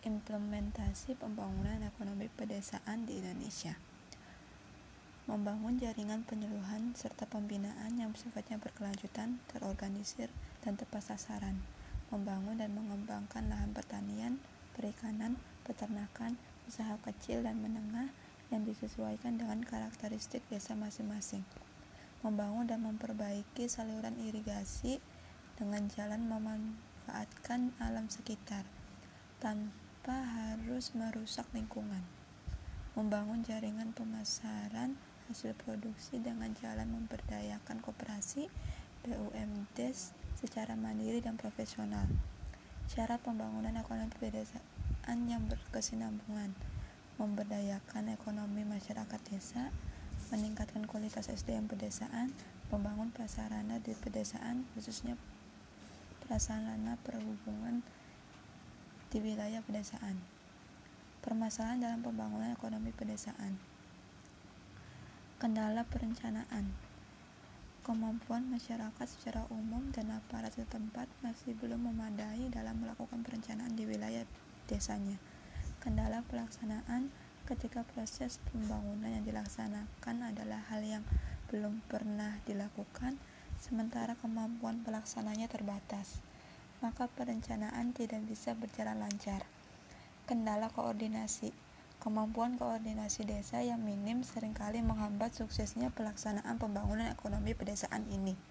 Implementasi pembangunan ekonomi pedesaan di Indonesia. Membangun jaringan penyuluhan serta pembinaan yang sifatnya berkelanjutan, terorganisir, dan tepat sasaran. Membangun dan mengembangkan lahan pertanian, perikanan, peternakan, usaha kecil dan menengah yang disesuaikan dengan karakteristik desa masing-masing. Membangun dan memperbaiki saluran irigasi dengan jalan memanfaatkan alam sekitar tanpa harus merusak lingkungan. Membangun jaringan pemasaran hasil produksi dengan jalan memberdayakan koperasi BUMD secara mandiri dan profesional. Syarat pembangunan ekonomi pedesaan yang berkesinambungan: memberdayakan ekonomi masyarakat desa, meningkatkan kualitas SDM pedesaan, membangun prasarana di pedesaan, khususnya prasarana perhubungan di wilayah pedesaan. Permasalahan dalam pembangunan ekonomi pedesaan. Kendala perencanaan. Kemampuan masyarakat secara umum dan aparat setempat masih belum memadai dalam melakukan perencanaan di wilayah desanya. Kendala pelaksanaan. Ketika proses pembangunan yang dilaksanakan adalah hal yang belum pernah dilakukan, sementara kemampuan pelaksananya terbatas, maka perencanaan tidak bisa berjalan lancar. Kendala koordinasi. Kemampuan koordinasi desa yang minim seringkali menghambat suksesnya pelaksanaan pembangunan ekonomi pedesaan ini.